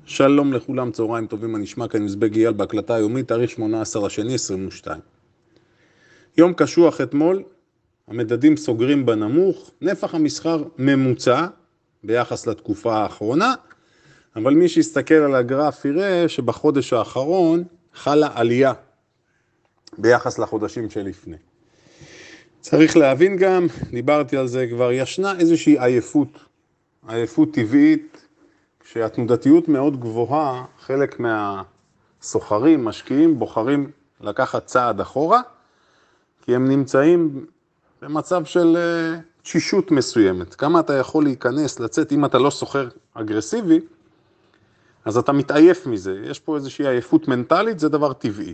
שלום לכולם, צהריים טובים, הנשמע כאן מזבג אייל בהקלטה היומית, תאריך 18/2/22. יום קשוח אתמול, המדדים סוגרים בנמוך, נפח המסחר ממוצע ביחס לתקופה האחרונה, אבל מי שיסתכל על הגרף יראה שבחודש האחרון חלה עלייה ביחס לחודשים שלפני. צריך להבין גם, דיברתי על זה כבר, ישנה איזושהי עייפות טבעית, כשהתנודתיות מאוד גבוהה, חלק מהסוחרים, משקיעים, בוחרים לקחת צעד אחורה, כי הם נמצאים במצב של תשישות מסוימת. כמה אתה יכול להיכנס, לצאת, אם אתה לא סוחר אגרסיבי, אז אתה מתעייף מזה. יש פה איזושהי עייפות מנטלית, זה דבר טבעי.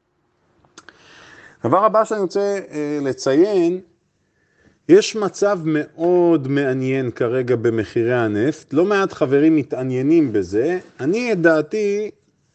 דבר הבא שאני רוצה לציין, יש מצב מאוד מעניין כרגע במחירי הנפט, לא מעט חברים מתעניינים בזה, אני את דעתי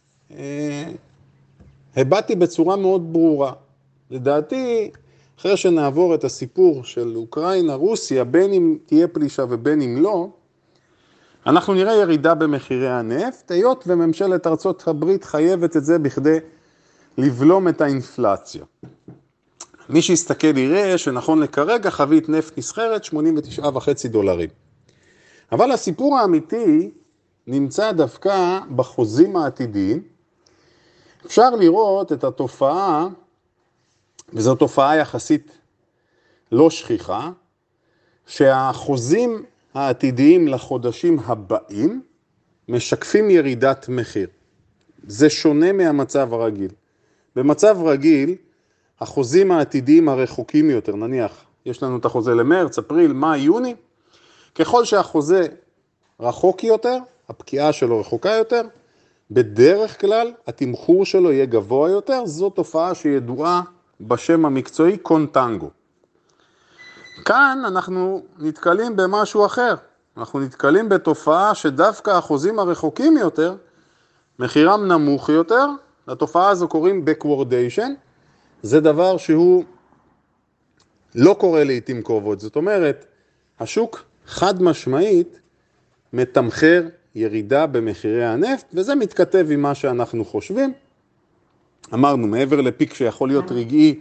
הבאתי בצורה מאוד ברורה. לדעתי, אחרי שנעבור את הסיפור של אוקראינה, רוסיה, בין אם תהיה פלישה ובין אם לא, אנחנו נראה ירידה במחירי הנפט, היות וממשלת ארצות הברית חייבת את זה בכדי לבלום את האינפלציה. מי שיסתכל יראה שנכון לכרגע חבית נפט נסחרת $89.5. אבל הסיפור האמיתי נמצא דווקא בחוזים העתידיים. אפשר לראות את התופעה, וזו תופעה יחסית לא שכיחה, שהחוזים העתידיים לחודשים הבאים משקפים ירידת מחיר. זה שונה מהמצב הרגיל. במצב רגיל, החוזים העתידיים הרחוקים יותר, נניח, יש לנו את החוזה למרץ, אפריל, מאי, יוני, ככל שהחוזה רחוק יותר, הפקיעה שלו רחוקה יותר, בדרך כלל התמחור שלו יהיה גבוה יותר, זו תופעה שידועה בשם המקצועי קונטנגו. כאן אנחנו נתקלים במשהו אחר, אנחנו נתקלים בתופעה שדווקא החוזים הרחוקים יותר, מחירם נמוך יותר, לתופעה הזו קוראים backwardation, זה דבר שהוא לא קורה לעתים קרובות, זאת אומרת, השוק חד משמעית מתמחר ירידה במחירי הנפט, וזה מתכתב עם מה שאנחנו חושבים. אמרנו, מעבר לפיק שיכול להיות רגעי,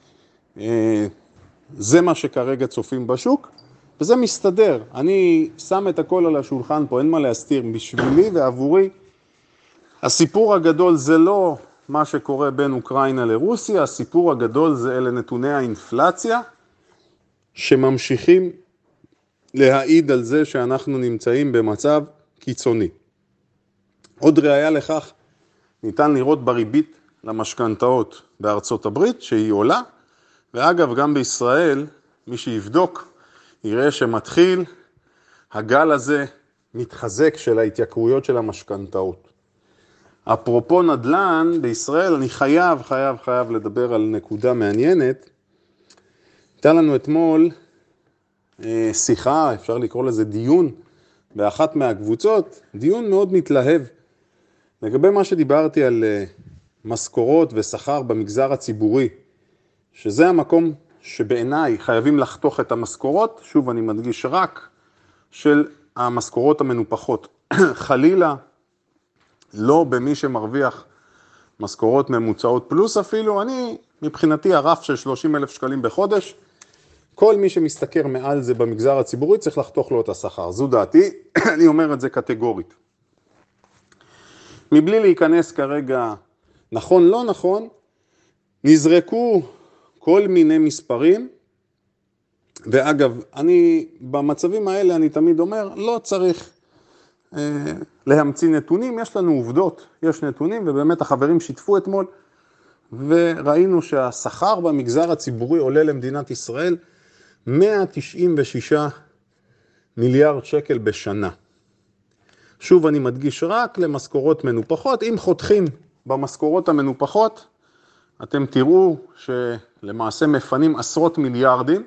זה מה שכרגע צופים בשוק, וזה מסתדר. אני שם את הכל על השולחן פה, אין מה להסתיר, בשבילי ועבורי. הסיפור הגדול זה לא מה שקורה בין אוקראינה לרוסיה, הסיפור הגדול זה אלה נתוני האינפלציה, שממשיכים להעיד על זה שאנחנו נמצאים במצב קיצוני. עוד ראיה לכך, ניתן לראות בריבית למשכנתאות בארצות הברית, שהיא עולה, ואגב גם בישראל, מי שיבדוק, יראה שמתחיל הגל הזה מתחזק של ההתייקרויות של המשכנתאות. אפרופו נדל"ן, בישראל אני חייב לדבר על נקודה מעניינת. הייתה לנו אתמול שיחה, אפשר לקרוא לזה דיון, באחת מהקבוצות, דיון מאוד מתלהב, לגבי מה שדיברתי על משכורות ושכר במגזר הציבורי, שזה המקום שבעיניי חייבים לחתוך את המשכורות, שוב אני מדגיש רק, של המשכורות המנופחות. חלילה, לא במי שמרוויח משכורות ממוצעות פלוס אפילו, אני מבחינתי הרף של 30,000 שקלים בחודש, כל מי שמסתכר מעל זה במגזר הציבורי צריך לחתוך לו את השכר, זו דעתי, אני אומר את זה קטגורית. מבלי להיכנס כרגע נכון לא נכון, נזרקו כל מיני מספרים, ואגב, אני במצבים האלה אני תמיד אומר, לא צריך להמציא נתונים, יש לנו עובדות, יש נתונים, ובאמת החברים שיתפו אתמול, וראינו שהשכר במגזר הציבורי עולה למדינת ישראל 196 מיליארד שקל בשנה. שוב אני מדגיש רק למשכורות מנופחות, אם חותכים במשכורות המנופחות, אתם תראו שלמעשה מפנים עשרות מיליארדים,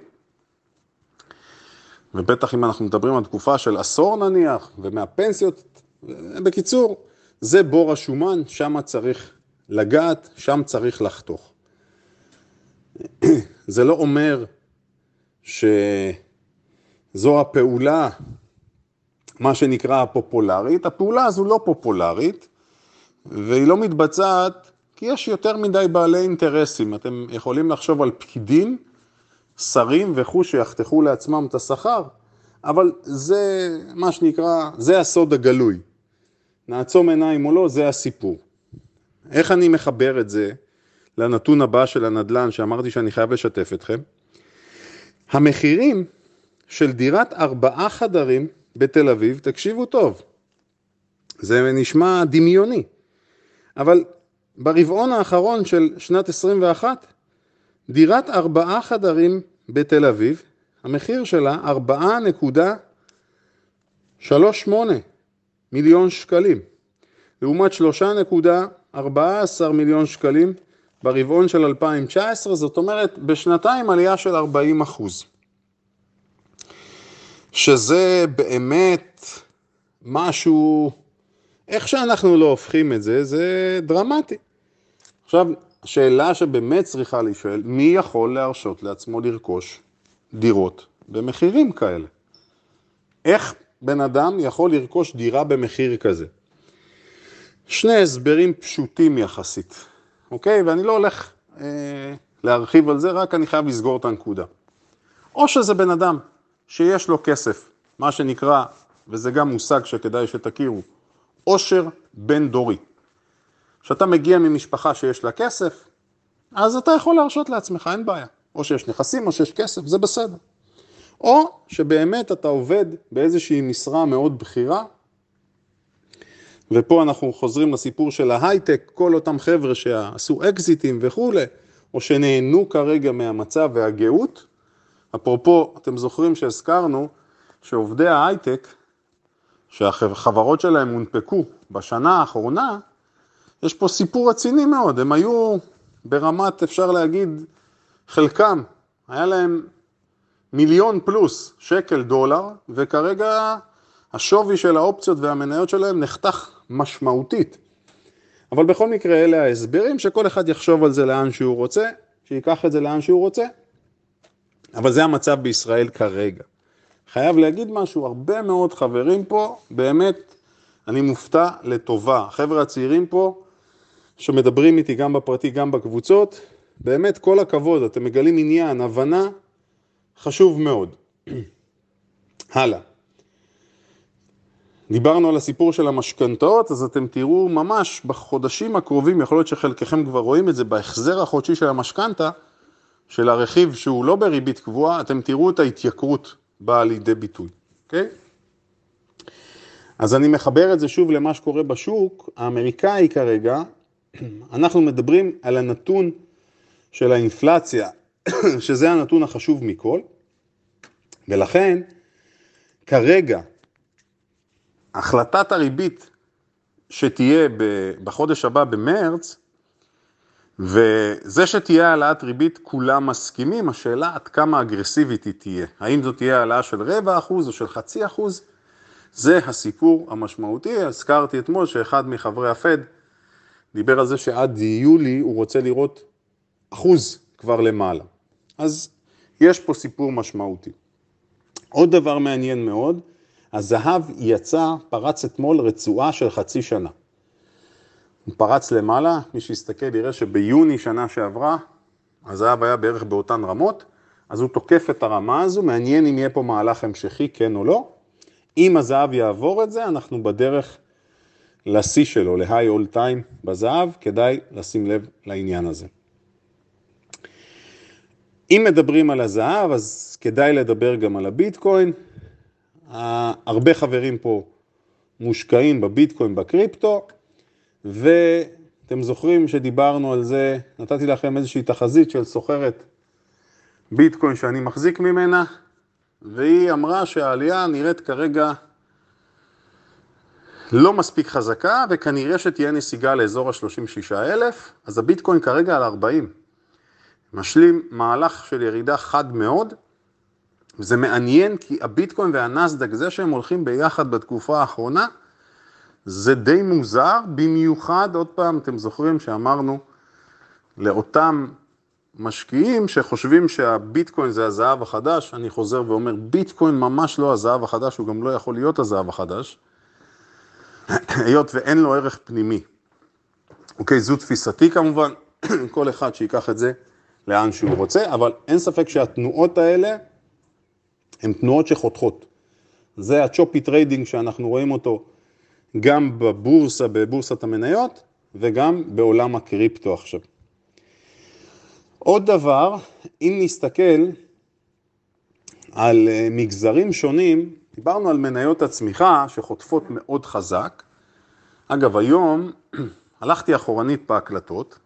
ובטח אם אנחנו מדברים על תקופה של עשור נניח, ומהפנסיות, בקיצור, זה בור השומן, שם צריך לגעת, שם צריך לחתוך. זה לא אומר שזו הפעולה מה שנקרא הפופולרית. הפעולה הזו לא פופולרית, והיא לא מתבצעת כי יש יותר מדי בעלי אינטרסים. אתם יכולים לחשוב על פקידים, שרים וכו' שיחתכו לעצמם את השכר, אבל זה מה שנקרא, זה הסוד הגלוי. נעצום עיניים או לא, זה הסיפור. איך אני מחבר את זה לנתון הבא של הנדל"ן שאמרתי שאני חייב לשתף אתכם? המחירים של דירת 4 חדרים בתל אביב, תקשיבו טוב, זה נשמע דמיוני, אבל ברבעון האחרון של שנת 21, דירת 4 חדרים בתל אביב, המחיר שלה 4.38 מיליון שקלים, לעומת 3.14 מיליון שקלים ברבעון של 2019, זאת אומרת בשנתיים עלייה של 40%. שזה באמת משהו, איך שאנחנו לא הופכים את זה, זה דרמטי. עכשיו, השאלה שבאמת צריכה להישאל, מי יכול להרשות לעצמו לרכוש דירות במחירים כאלה? איך בן אדם יכול לרכוש דירה במחיר כזה? שני הסברים פשוטים יחסית, אוקיי? ואני לא הולך להרחיב על זה, רק אני חייב לסגור את הנקודה. או שזה בן אדם שיש לו כסף, מה שנקרא, וזה גם מושג שכדאי שתכירו, עושר בן דורי. כשאתה מגיע ממשפחה שיש לה כסף, אז אתה יכול להרשות לעצמך, אין בעיה. או שיש נכסים או שיש כסף, זה בסדר. או שבאמת אתה עובד באיזושהי משרה מאוד בכירה, ופה אנחנו חוזרים לסיפור של ההייטק, כל אותם חבר'ה שעשו אקזיטים וכו', או שנהנו כרגע מהמצב והגאות. אפרופו, אתם זוכרים שהזכרנו שעובדי ההייטק, שהחברות שלהם הונפקו בשנה האחרונה, יש פה סיפור רציני מאוד. הם היו ברמת, אפשר להגיד, חלקם, היה להם 1,000,000+ שקל דולר, וכרגע השווי של האופציות והמניות שלהם נחתך משמעותית. אבל בכל מקרה אלה ההסברים, שכל אחד יחשוב על זה לאן שהוא רוצה, שיקח את זה לאן שהוא רוצה. אבל זה המצב בישראל כרגע. חייב להגיד משהו, הרבה מאוד חברים פה, באמת, אני מופתע לטובה. החבר'ה הצעירים פה, שמדברים איתי גם בפרטי, גם בקבוצות, באמת כל הכבוד, אתם מגלים עניין, הבנה, חשוב מאוד. הלאה. דיברנו על הסיפור של המשכנתאות, אז אתם תראו ממש בחודשים הקרובים, יכול להיות שחלקכם כבר רואים את זה, בהחזר החודשי של המשכנתה, של הרכיב שהוא לא בריבית קבועה, אתם תראו את ההתייקרות באה לידי ביטוי. אוקיי? אז אני מחבר את זה שוב למה שקורה בשוק האמריקאי כרגע. אנחנו מדברים על הנתון של האינפלציה, שזה הנתון החשוב מכל, ולכן כרגע החלטת הריבית שתהיה בחודש הבא במרץ, וזה שתהיה העלאת ריבית כולם מסכימים, השאלה עד כמה אגרסיבית היא תהיה. האם זאת תהיה העלאה של 0.25% או של 0.5%? זה הסיפור המשמעותי. הזכרתי אתמול שאחד מחברי הפד דיבר על זה שעד יולי הוא רוצה לראות 1% כבר למעלה. אז יש פה סיפור משמעותי. עוד דבר מעניין מאוד, הזהב פרץ אתמול רצועה של 0.5 שנה. הוא פרץ למעלה, מי שיסתכל יראה שביוני שנה שעברה, הזהב היה בערך באותן רמות, אז הוא תוקף את הרמה הזו, מעניין אם יהיה פה מהלך המשכי, כן או לא. אם הזהב יעבור את זה, אנחנו בדרך לשיא שלו, להיי אול טיים בזהב, כדאי לשים לב לעניין הזה. אם מדברים על הזהב, אז כדאי לדבר גם על הביטקוין. הרבה חברים פה מושקעים בביטקוין, בקריפטו, ואתם זוכרים שדיברנו על זה, נתתי לכם איזושהי תחזית של סוחרת ביטקוין שאני מחזיק ממנה, והיא אמרה שהעלייה נראית כרגע לא מספיק חזקה, וכנראה שתהיה נסיגה לאזור ה-36,000, אז הביטקוין כרגע על 40. משלים מהלך של ירידה חד מאוד, וזה מעניין כי הביטקוין והנסדק, זה שהם הולכים ביחד בתקופה האחרונה, זה די מוזר, במיוחד, עוד פעם, אתם זוכרים שאמרנו, לאותם משקיעים שחושבים שהביטקוין זה הזהב החדש, אני חוזר ואומר, ביטקוין ממש לא הזהב החדש, הוא גם לא יכול להיות הזהב החדש, היות ואין לו ערך פנימי. אוקיי, זו תפיסתי כמובן, כל אחד שיקח את זה לאן שהוא רוצה, אבל אין ספק שהתנועות האלה הן תנועות שחותכות. זה הצ'ופי טריידינג שאנחנו רואים אותו גם בבורסת המניות, וגם בעולם הקריפטו עכשיו. עוד דבר, אם נסתכל על מגזרים שונים, דיברנו על מניות הצמיחה שחוטפות מאוד חזק. אגב, היום הלכתי אחורנית בהקלטות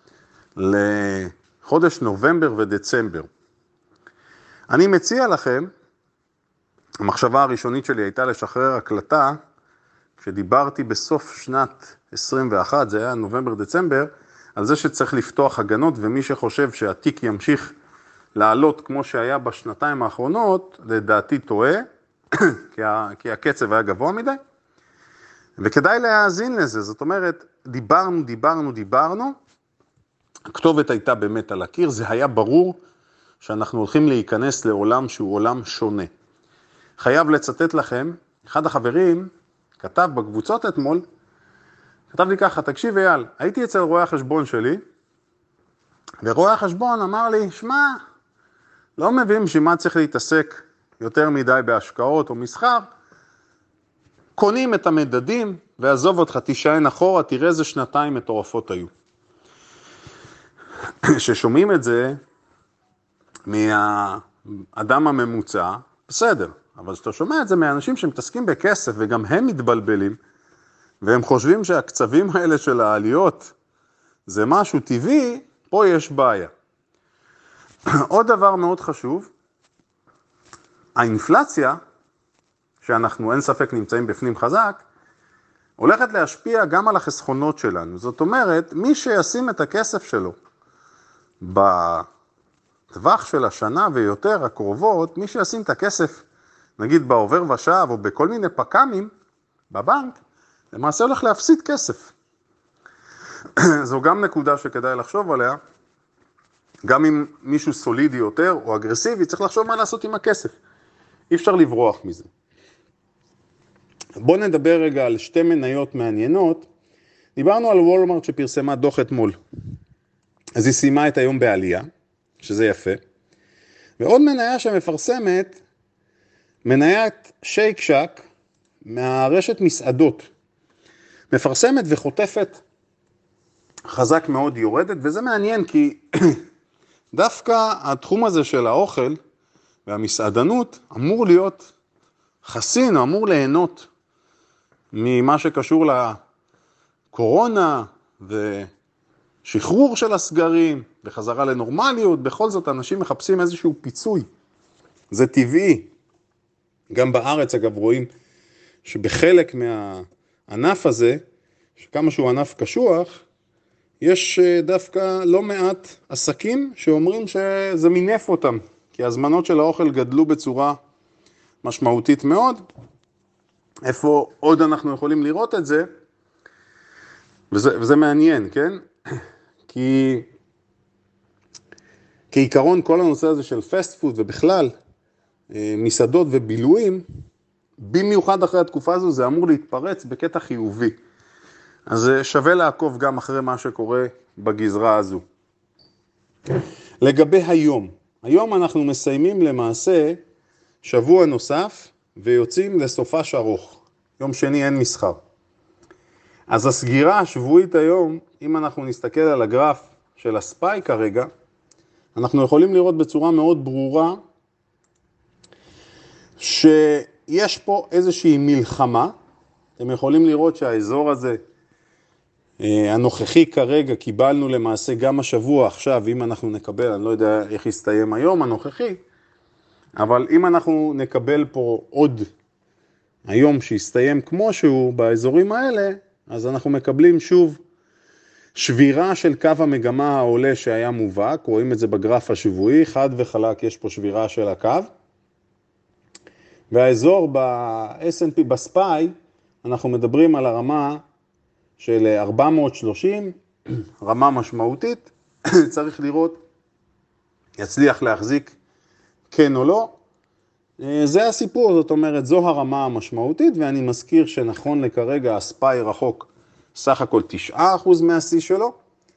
לחודש נובמבר ודצמבר. אני מציע לכם, המחשבה הראשונית שלי הייתה לשחרר הקלטה, כשדיברתי בסוף שנת 21, זה היה נובמבר-דצמבר, על זה שצריך לפתוח הגנות, ומי שחושב שהתיק ימשיך לעלות כמו שהיה בשנתיים האחרונות, לדעתי טועה, כי הקצב היה גבוה מדי, וכדאי להאזין לזה. זאת אומרת, דיברנו, הכתובת הייתה באמת על הקיר, זה היה ברור שאנחנו הולכים להיכנס לעולם שהוא עולם שונה. חייב לצטט לכם, אחד החברים כתב בקבוצות אתמול, כתב לי ככה, תקשיב אייל, הייתי אצל רואה החשבון שלי, ורואה החשבון אמר לי, שמע, לא מבין שמה צריך להתעסק יותר מדי בהשקעות או מסחר, קונים את המדדים, ועזוב אותך, תישען אחורה, תראה איזה שנתיים מטורפות היו. ששומעים את זה מהאדם הממוצע, בסדר, אבל שאתה שומע את זה מהאנשים שמתעסקים בכסף, וגם הם מתבלבלים, והם חושבים שהקצבים האלה של העליות זה משהו טבעי, פה יש בעיה. עוד דבר מאוד חשוב, האינפלציה, שאנחנו אין ספק נמצאים בפנים חזק, הולכת להשפיע גם על החסכונות שלנו. זאת אומרת, מי שישים את הכסף שלו בטווח של השנה ויותר הקרובות, מי שישים את הכסף, נגיד בעובר ושב או בכל מיני פקמים בבנק, למעשה הולך להפסיד כסף. זו גם נקודה שכדאי לחשוב עליה, גם אם מישהו סולידי יותר או אגרסיבי, צריך לחשוב מה לעשות עם הכסף. אי אפשר לברוח מזה. בואו נדבר רגע על שתי מניות מעניינות. דיברנו על וולמרט שפרסמה דוח אתמול. אז היא סיימה את היום בעלייה, שזה יפה. ועוד מניה שמפרסמת, מניית שייק שק מהרשת מסעדות. מפרסמת וחוטפת חזק מאוד יורדת, וזה מעניין כי דווקא התחום הזה של האוכל והמסעדנות אמור להיות חסין, אמור ליהנות ממה שקשור לקורונה ושחרור של הסגרים וחזרה לנורמליות. בכל זאת אנשים מחפשים איזשהו פיצוי, זה טבעי. גם בארץ אגב רואים שבחלק מהענף הזה, שכמה שהוא ענף קשוח, יש דווקא לא מעט עסקים שאומרים שזה מינף אותם, כי הזמנות של האוכל גדלו בצורה משמעותית מאוד. איפה עוד אנחנו יכולים לראות את זה? וזה מעניין, כן? כי כעיקרון כל הנושא הזה של פסט פוד ובכלל מסעדות ובילויים, במיוחד אחרי התקופה הזו, זה אמור להתפרץ בקטע חיובי. אז שווה לעקוב גם אחרי מה שקורה בגזרה הזו. לגבי היום אנחנו מסיימים למעשה שבוע נוסף ויוצאים לסופש ארוך. יום שני אין מסחר. אז הסגירה השבועית היום, אם אנחנו נסתכל על הגרף של הספיי כרגע, אנחנו יכולים לראות בצורה מאוד ברורה שיש פה איזושהי מלחמה. אתם יכולים לראות שהאזור הזה הנוכחי כרגע קיבלנו למעשה גם השבוע עכשיו, אם אנחנו נקבל, אני לא יודע איך יסתיים היום הנוכחי, אבל אם אנחנו נקבל פה עוד היום שיסתיים כמו שהוא באזורים האלה, אז אנחנו מקבלים שוב שבירה של קו המגמה העולה שהיה מובהק, רואים את זה בגרף השבועי, חד וחלק יש פה שבירה של הקו, והאזור ב-S&P, בספיי, אנחנו מדברים על הרמה של 430, רמה משמעותית, צריך לראות יצליח להחזיק כן או לא. זה הסיפור, זאת אומרת, זו הרמה המשמעותית, ואני מזכיר שנכון לכרגע הספיי רחוק סך הכל 9% מהשיא שלו,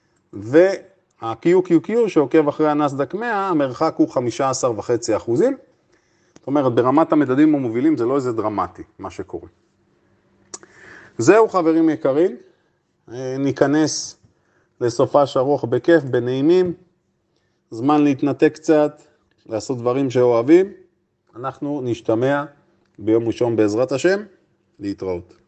וה-QQQ שעוקב אחרי הנסדק 100, המרחק הוא 15.5%. זאת אומרת, ברמת המדדים המובילים זה לא איזה דרמטי, מה שקורה. זהו חברים יקרים, ניכנס לסופש ארוך בכיף, בנעימים, זמן להתנתק קצת, לעשות דברים שאוהבים. אנחנו נשתמע ביום ראשון בעזרת השם, להתראות.